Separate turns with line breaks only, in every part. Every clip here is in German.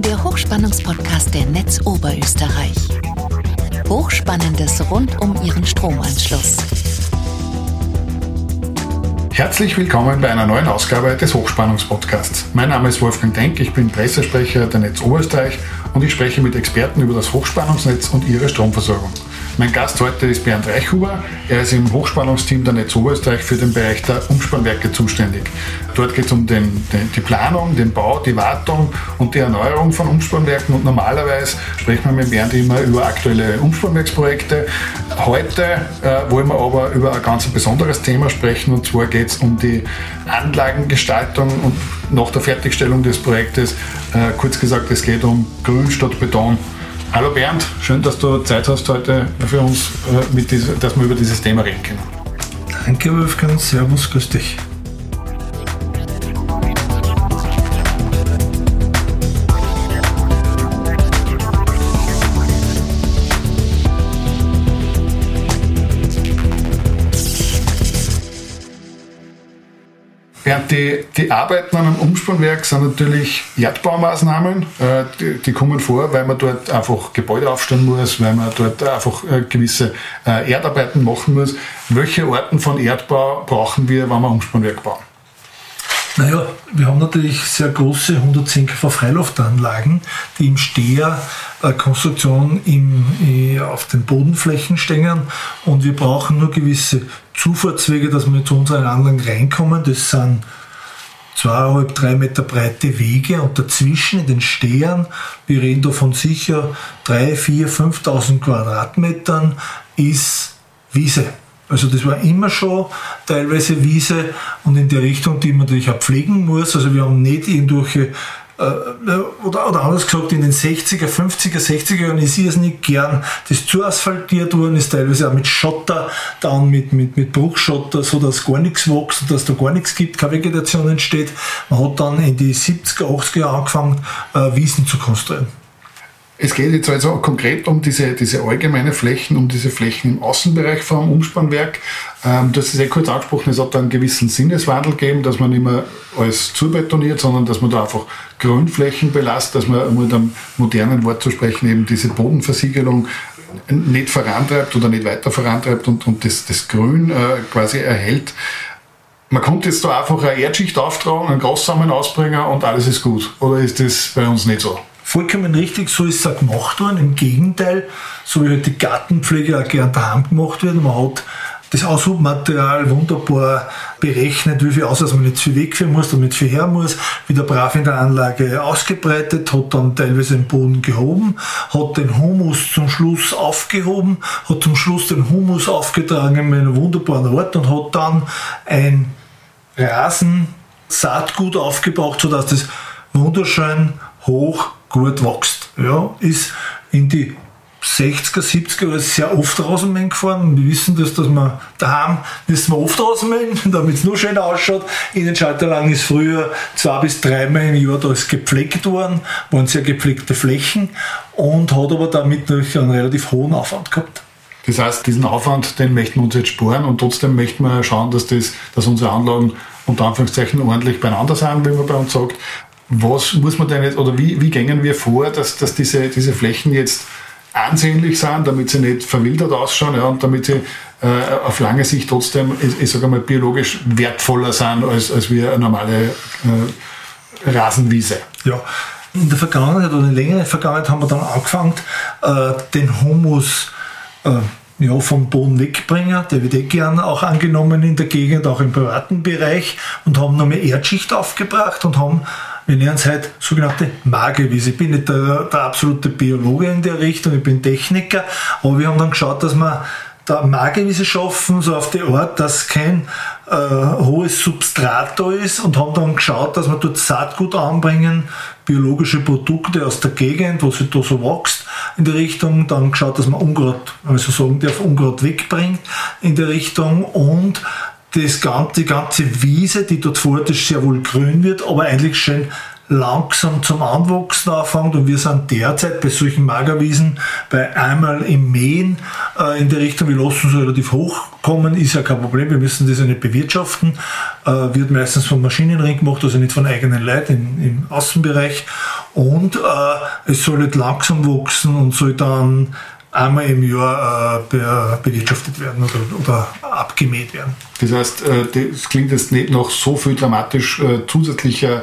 der Hochspannungspodcast der Netz Oberösterreich. Hochspannendes rund um Ihren Stromanschluss.
Herzlich willkommen bei einer neuen Ausgabe des Hochspannungspodcasts. Mein Name ist Wolfgang Denk, ich bin Pressesprecher der Netz Oberösterreich und ich spreche mit Experten über das Hochspannungsnetz und ihre Stromversorgung. Mein Gast heute ist Bernd Reichhuber. Er ist im Hochspannungsteam der Netz Oberösterreich für den Bereich der Umspannwerke zuständig. Dort geht es um die Planung, den Bau, die Wartung und die Erneuerung von Umspannwerken. Und normalerweise sprechen wir mit Bernd immer über aktuelle Umspannwerksprojekte. Heute wollen wir aber über ein ganz besonderes Thema sprechen, und zwar geht es um die Anlagengestaltung und nach der Fertigstellung des Projektes. Kurz gesagt, es geht um Grün statt Beton. Hallo Bernd, schön, dass du Zeit hast heute für uns, dass wir über dieses Thema reden können.
Danke Wolfgang, servus, grüß dich.
Bernd, die Arbeiten an einem Umspannwerk sind natürlich Erdbaumaßnahmen. Die kommen vor, weil man dort einfach Gebäude aufstellen muss, weil man dort einfach gewisse Erdarbeiten machen muss. Welche Arten von Erdbau brauchen wir, wenn wir ein Umspannwerk bauen?
Naja, wir haben natürlich sehr große 110 kV Freiluftanlagen, die im Steherkonstruktion auf den Bodenflächen stehen, und wir brauchen nur gewisse Zufahrtswege, dass wir zu unseren Anlagen reinkommen. Das sind 2,5-3 Meter breite Wege, und dazwischen in den Stehern, wir reden da von sicher 3.000, 4.000, 5.000 Quadratmetern, ist Wiese. Also das war immer schon teilweise Wiese, und in der Richtung, die man natürlich auch pflegen muss. Also wir haben nicht irgendwelche, oder anders gesagt, in den 60er, 50er, 60er Jahren ist es nicht gern das zu asphaltiert worden, ist teilweise auch mit Schotter, dann mit Bruchschotter, so dass gar nichts wächst, dass da gar nichts gibt, keine Vegetation entsteht. Man hat dann in die 70er, 80er Jahre angefangen, Wiesen zu konstruieren.
Es geht jetzt also konkret um diese allgemeine Flächen, um diese Flächen im Außenbereich vom Umspannwerk. Das ist kurz angesprochen, es hat da einen gewissen Sinneswandel gegeben, dass man nicht mehr alles zubetoniert, sondern dass man da einfach Grünflächen belasst, dass man mit einem modernen Wort zu sprechen eben diese Bodenversiegelung nicht vorantreibt oder nicht weiter vorantreibt und das Grün quasi erhält. Man kommt jetzt da einfach eine Erdschicht auftragen, einen Grassamen ausbringen und alles ist gut. Oder ist das bei uns nicht so?
Vollkommen richtig, so ist es auch gemacht worden. Im Gegenteil, so wie halt die Gartenpflege auch gern daheim gemacht wird. Man hat das Aushubmaterial wunderbar berechnet, wie viel dass man nicht viel wegführen muss, damit viel her muss, wieder brav in der Anlage ausgebreitet, hat dann teilweise den Boden gehoben, hat den Humus zum Schluss aufgehoben, hat zum Schluss den Humus aufgetragen in einem wunderbaren Ort und hat dann ein Rasensaatgut aufgebraucht, sodass das wunderschön hoch gut wächst. Ja, ist in die 60er, 70er Jahre sehr oft Rasenmähen gefahren. Wir wissen das, dass wir daheim müssen wir oft Rasenmähen, damit es nur schöner ausschaut. In den Schalterlagen ist früher 2 bis 3 Mal im Jahr da ist gepflegt worden, waren sehr gepflegte Flächen, und hat aber damit natürlich einen relativ hohen Aufwand gehabt.
Das heißt, diesen Aufwand, den möchten wir uns jetzt sparen, und trotzdem möchten wir schauen, dass unsere Anlagen unter Anführungszeichen ordentlich beieinander sind, wie man bei uns sagt. Was muss man denn jetzt, oder wie gehen wir vor, dass diese Flächen jetzt ansehnlich sind, damit sie nicht verwildert ausschauen, ja, und damit sie auf lange Sicht trotzdem, ich sage mal, biologisch wertvoller sind als wie eine normale Rasenwiese?
Ja, in der Vergangenheit oder in längerer Vergangenheit haben wir dann angefangen, den Humus vom Boden wegbringen. Der wird gerne auch angenommen in der Gegend, auch im privaten Bereich, und haben noch mehr Erdschicht aufgebracht und haben, wir nennen es heute sogenannte Magerwiese. Ich bin nicht der absolute Biologe in der Richtung, ich bin Techniker, aber wir haben dann geschaut, dass wir da Magerwiese schaffen, so auf die Art, dass kein hohes Substrat da ist, und haben dann geschaut, dass wir dort Saatgut anbringen, biologische Produkte aus der Gegend, wo sich da so wächst, in der Richtung, dann geschaut, dass man Unkraut, also sagen darf, Unkraut wegbringt in der Richtung, und die ganze Wiese, die dort vor Ort ist, sehr wohl grün wird, aber eigentlich schön langsam zum Anwachsen anfängt, und wir sind derzeit bei solchen Magerwiesen bei einmal im Mähen in der Richtung, wir lassen es relativ hoch kommen, ist ja kein Problem, wir müssen das ja nicht bewirtschaften, wird meistens von Maschinenring gemacht, also nicht von eigenen Leuten im Außenbereich, und es soll nicht langsam wachsen und soll dann einmal im Jahr bewirtschaftet werden oder abgemäht werden.
Das heißt, das klingt jetzt nicht noch so viel dramatisch zusätzlichem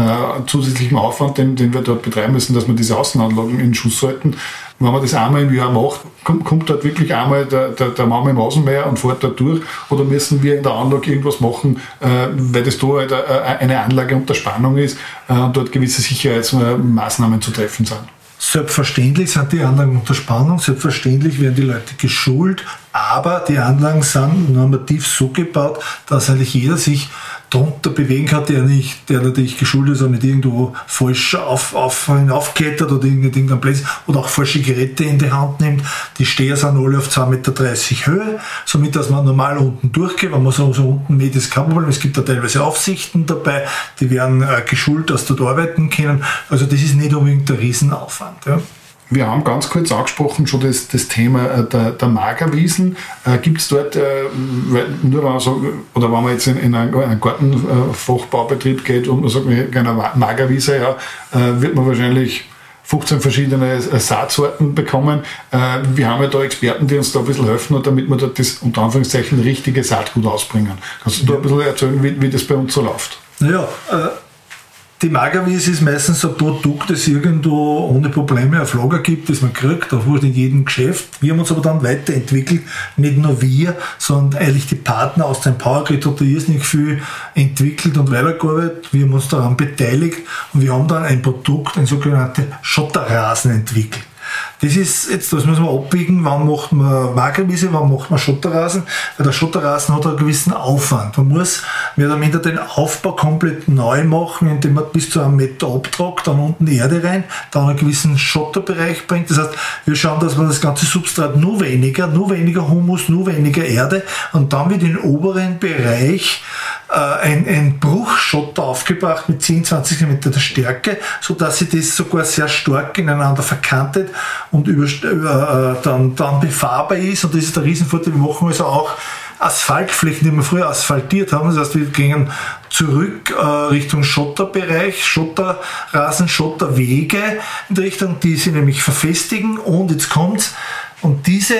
Aufwand, den wir dort betreiben müssen, dass wir diese Außenanlagen in Schuss halten. Wenn man das einmal im Jahr macht, kommt dort wirklich einmal der Mann im Außenmeier und fährt da durch, oder müssen wir in der Anlage irgendwas machen, weil das da halt eine Anlage unter Spannung ist und dort gewisse Sicherheitsmaßnahmen zu treffen sind?
Selbstverständlich sind die Anlagen unter Spannung, selbstverständlich werden die Leute geschult, aber die Anlagen sind normativ so gebaut, dass eigentlich jeder sich drunter bewegen kann, der natürlich geschult ist, aber nicht irgendwo falsch hinaufklettert oder irgendein Platz oder auch falsche Geräte in die Hand nimmt. Die Steher sind alle auf 2,30 Meter Höhe, somit dass man normal unten durchgeht. Wenn man so unten mäht, ist kein Problem. Es gibt da teilweise Aufsichten dabei, die werden geschult, dass dort arbeiten können. Also das ist nicht unbedingt ein Riesenaufwand. Ja.
Wir haben ganz kurz angesprochen schon das Thema der Magerwiesen. Gibt es dort, nur wenn man sagt, oder wenn man jetzt in einen Gartenfachbaubetrieb geht und man sagt, eine Magerwiese, ja, wird man wahrscheinlich 15 verschiedene Saatsorten bekommen. Wir haben ja da Experten, die uns da ein bisschen helfen, damit wir dort das unter Anführungszeichen richtige Saatgut ausbringen. Kannst du da ein bisschen erzählen, wie das bei uns so läuft?
Naja, die Magerwiese ist meistens ein Produkt, das irgendwo ohne Probleme auf Lager gibt, das man kriegt, auch in jedem Geschäft. Wir haben uns aber dann weiterentwickelt, nicht nur wir, sondern eigentlich die Partner aus dem Powergrid hat da irrsinnig viel entwickelt und weitergearbeitet. Wir haben uns daran beteiligt und wir haben dann ein Produkt, ein sogenanntes Schotterrasen entwickelt. Das ist jetzt, das müssen wir abwägen, wann macht man Magerwiese, wann macht man Schotterrasen, weil der Schotterrasen hat einen gewissen Aufwand. Man muss mehr oder minder den Aufbau komplett neu machen, indem man bis zu 1 Meter abtragt, dann unten Erde rein, dann einen gewissen Schotterbereich bringt. Das heißt, wir schauen, dass wir das ganze Substrat nur weniger Humus, nur weniger Erde und dann wird im oberen Bereich ein Bruchschotter aufgebracht mit 10-20 cm der Stärke, sodass sich das sogar sehr stark ineinander verkantet und dann befahrbar ist. Und das ist der Riesenvorteil. Wir machen also auch Asphaltflächen, die wir früher asphaltiert haben. Das heißt, wir gehen zurück Richtung Schotterbereich, Schotterrasen, Schotterwege in die Richtung, die sie nämlich verfestigen. Und jetzt kommt's. Und diese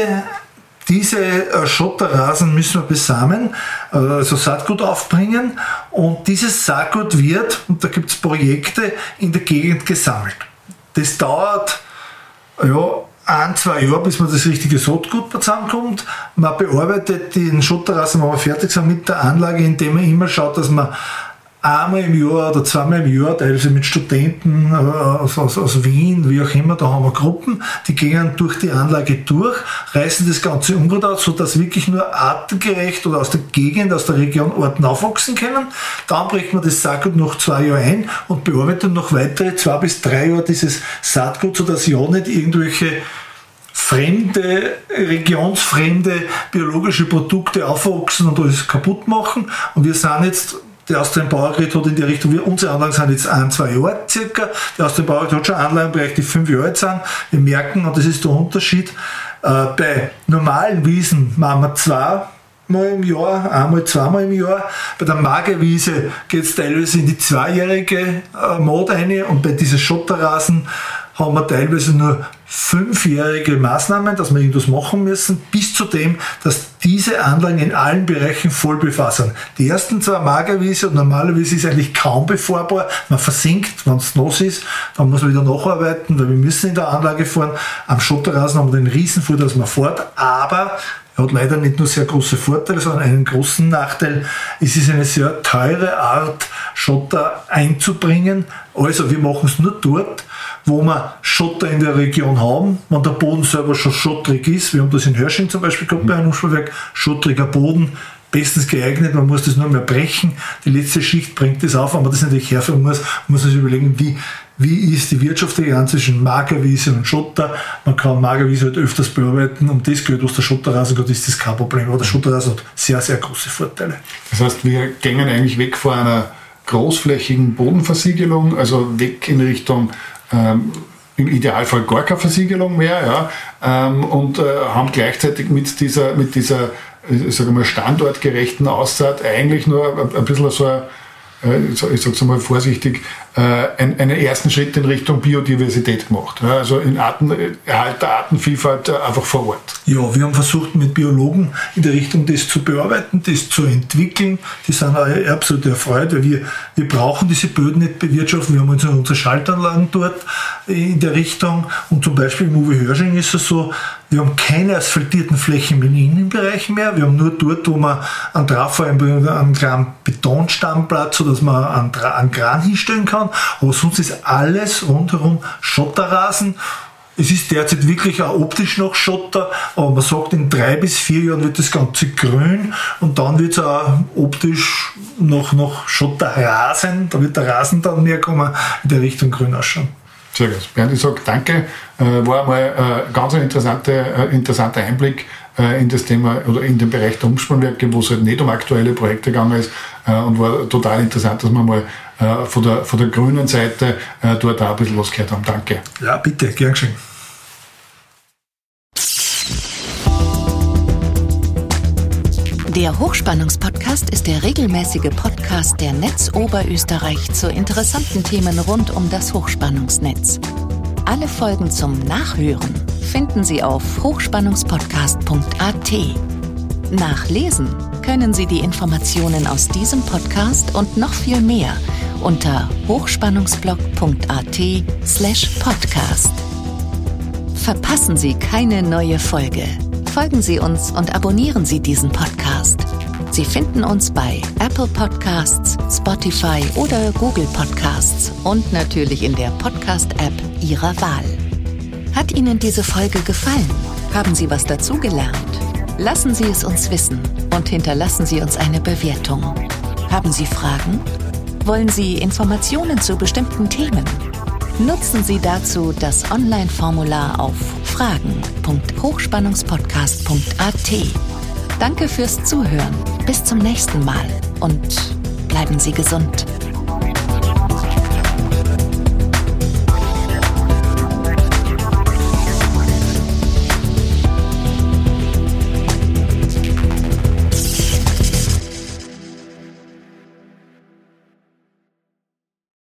Schotterrasen müssen wir besamen, also Saatgut aufbringen, und dieses Saatgut wird, und da gibt es Projekte, in der Gegend gesammelt. Das dauert 1-2 Jahre, bis man das richtige Saatgut zusammenkommt. Man bearbeitet den Schotterrasen, wenn wir fertig sind mit der Anlage, indem man immer schaut, dass man einmal im Jahr oder zweimal im Jahr, teilweise mit Studenten aus Wien, wie auch immer, da haben wir Gruppen, die gehen durch die Anlage durch, reißen das ganze Unkraut aus, sodass wirklich nur artengerecht oder aus der Gegend, aus der Region Arten aufwachsen können. Dann bricht man das Saatgut noch 2 Jahre ein und bearbeitet noch weitere 2 bis 3 Jahre dieses Saatgut, sodass ja nicht irgendwelche regionsfremde biologische Produkte aufwachsen und alles kaputt machen. Und wir sind jetzt, der aus dem Powergrid hat in die Richtung, unsere Anlagen sind jetzt 1-2 Jahre circa, der aus dem Powergrid hat schon Anlagen im Bereich, die 5 Jahre alt sind. Wir merken, und das ist der Unterschied, bei normalen Wiesen machen wir 2-mal im Jahr, 1-2-mal im Jahr. Bei der Magerwiese geht es teilweise in die 2-jährige Mode rein, und bei diesen Schotterrasen haben wir teilweise nur 5-jährige Maßnahmen, dass wir irgendwas machen müssen, bis zu dem, dass diese Anlagen in allen Bereichen voll befasst sind. Die ersten 2 Magerwiese und normalerweise ist eigentlich kaum befahrbar. Man versinkt, wenn es nass ist, dann muss man wieder nacharbeiten, weil wir müssen in der Anlage fahren. Am Schotterrasen haben wir den Riesenvorteil, dass man fährt, aber er hat leider nicht nur sehr große Vorteile, sondern einen großen Nachteil. Es ist eine sehr teure Art, Schotter einzubringen. Also wir machen es nur dort, wo wir Schotter in der Region haben, wenn der Boden selber schon schottrig ist. Wir haben das in Hörsching zum Beispiel gehabt bei einem Umspannwerk, schottriger Boden, bestens geeignet, man muss das nur mehr brechen, die letzte Schicht bringt das auf, aber das natürlich herführen muss man sich überlegen, wie ist die wirtschaftliche Hand zwischen Magerwiese und Schotter. Man kann Magerwiese halt öfters bearbeiten, um das Geld, was der Schotterrasen hat, ist das kein Problem, aber der Schotterrasen hat sehr, sehr große Vorteile. Das heißt, wir gehen eigentlich weg von einer großflächigen Bodenversiegelung, also weg in Richtung im Idealfall gar keine Versiegelung mehr, ja, und haben gleichzeitig mit dieser ich sage mal, standortgerechten Aussaat eigentlich nur ein bisschen so
ich sage es mal vorsichtig, einen ersten Schritt in Richtung Biodiversität gemacht. Ja, also in Erhalt der Artenvielfalt einfach vor Ort.
Ja, wir haben versucht, mit Biologen in der Richtung das zu bearbeiten, das zu entwickeln. Die sind auch absolut erfreut, weil wir brauchen diese Böden nicht bewirtschaften. Wir haben unsere Schaltanlagen dort in der Richtung. Und zum Beispiel im Uwe Hörsching ist es so, wir haben keine asphaltierten Flächen im Innenbereich mehr. Wir haben nur dort, wo man einen Trafo einbringen, einen kleinen Betonstammplatz, sodass man einen Kran hinstellen kann. Aber sonst ist alles rundherum Schotterrasen. Es ist derzeit wirklich auch optisch noch Schotter, aber man sagt, in 3 bis 4 Jahren wird das Ganze grün und dann wird es auch optisch noch Schotterrasen, da wird der Rasen dann mehr kommen, in der Richtung grün ausschauen.
Sehr gut. Bernd, ich sage danke. War einmal ein ganz interessanter Einblick in das Thema oder in den Bereich der Umspannwerke, wo es halt nicht um aktuelle Projekte gegangen ist, und war total interessant, dass wir mal von der grünen Seite dort auch ein bisschen was gehört haben. Danke.
Ja, bitte, gern geschehen.
Der Hochspannungspodcast ist der regelmäßige Podcast der Netz Oberösterreich zu interessanten Themen rund um das Hochspannungsnetz. Alle Folgen zum Nachhören finden Sie auf hochspannungspodcast.at. Nachlesen können Sie die Informationen aus diesem Podcast und noch viel mehr unter hochspannungsblog.at/podcast. Verpassen Sie keine neue Folge. Folgen Sie uns und abonnieren Sie diesen Podcast. Sie finden uns bei Apple Podcasts, Spotify oder Google Podcasts und natürlich in der Podcast-App Ihrer Wahl. Hat Ihnen diese Folge gefallen? Haben Sie was dazugelernt? Lassen Sie es uns wissen und hinterlassen Sie uns eine Bewertung. Haben Sie Fragen? Wollen Sie Informationen zu bestimmten Themen? Nutzen Sie dazu das Online-Formular auf fragen.hochspannungspodcast.at. Danke fürs Zuhören. Bis zum nächsten Mal und bleiben Sie gesund.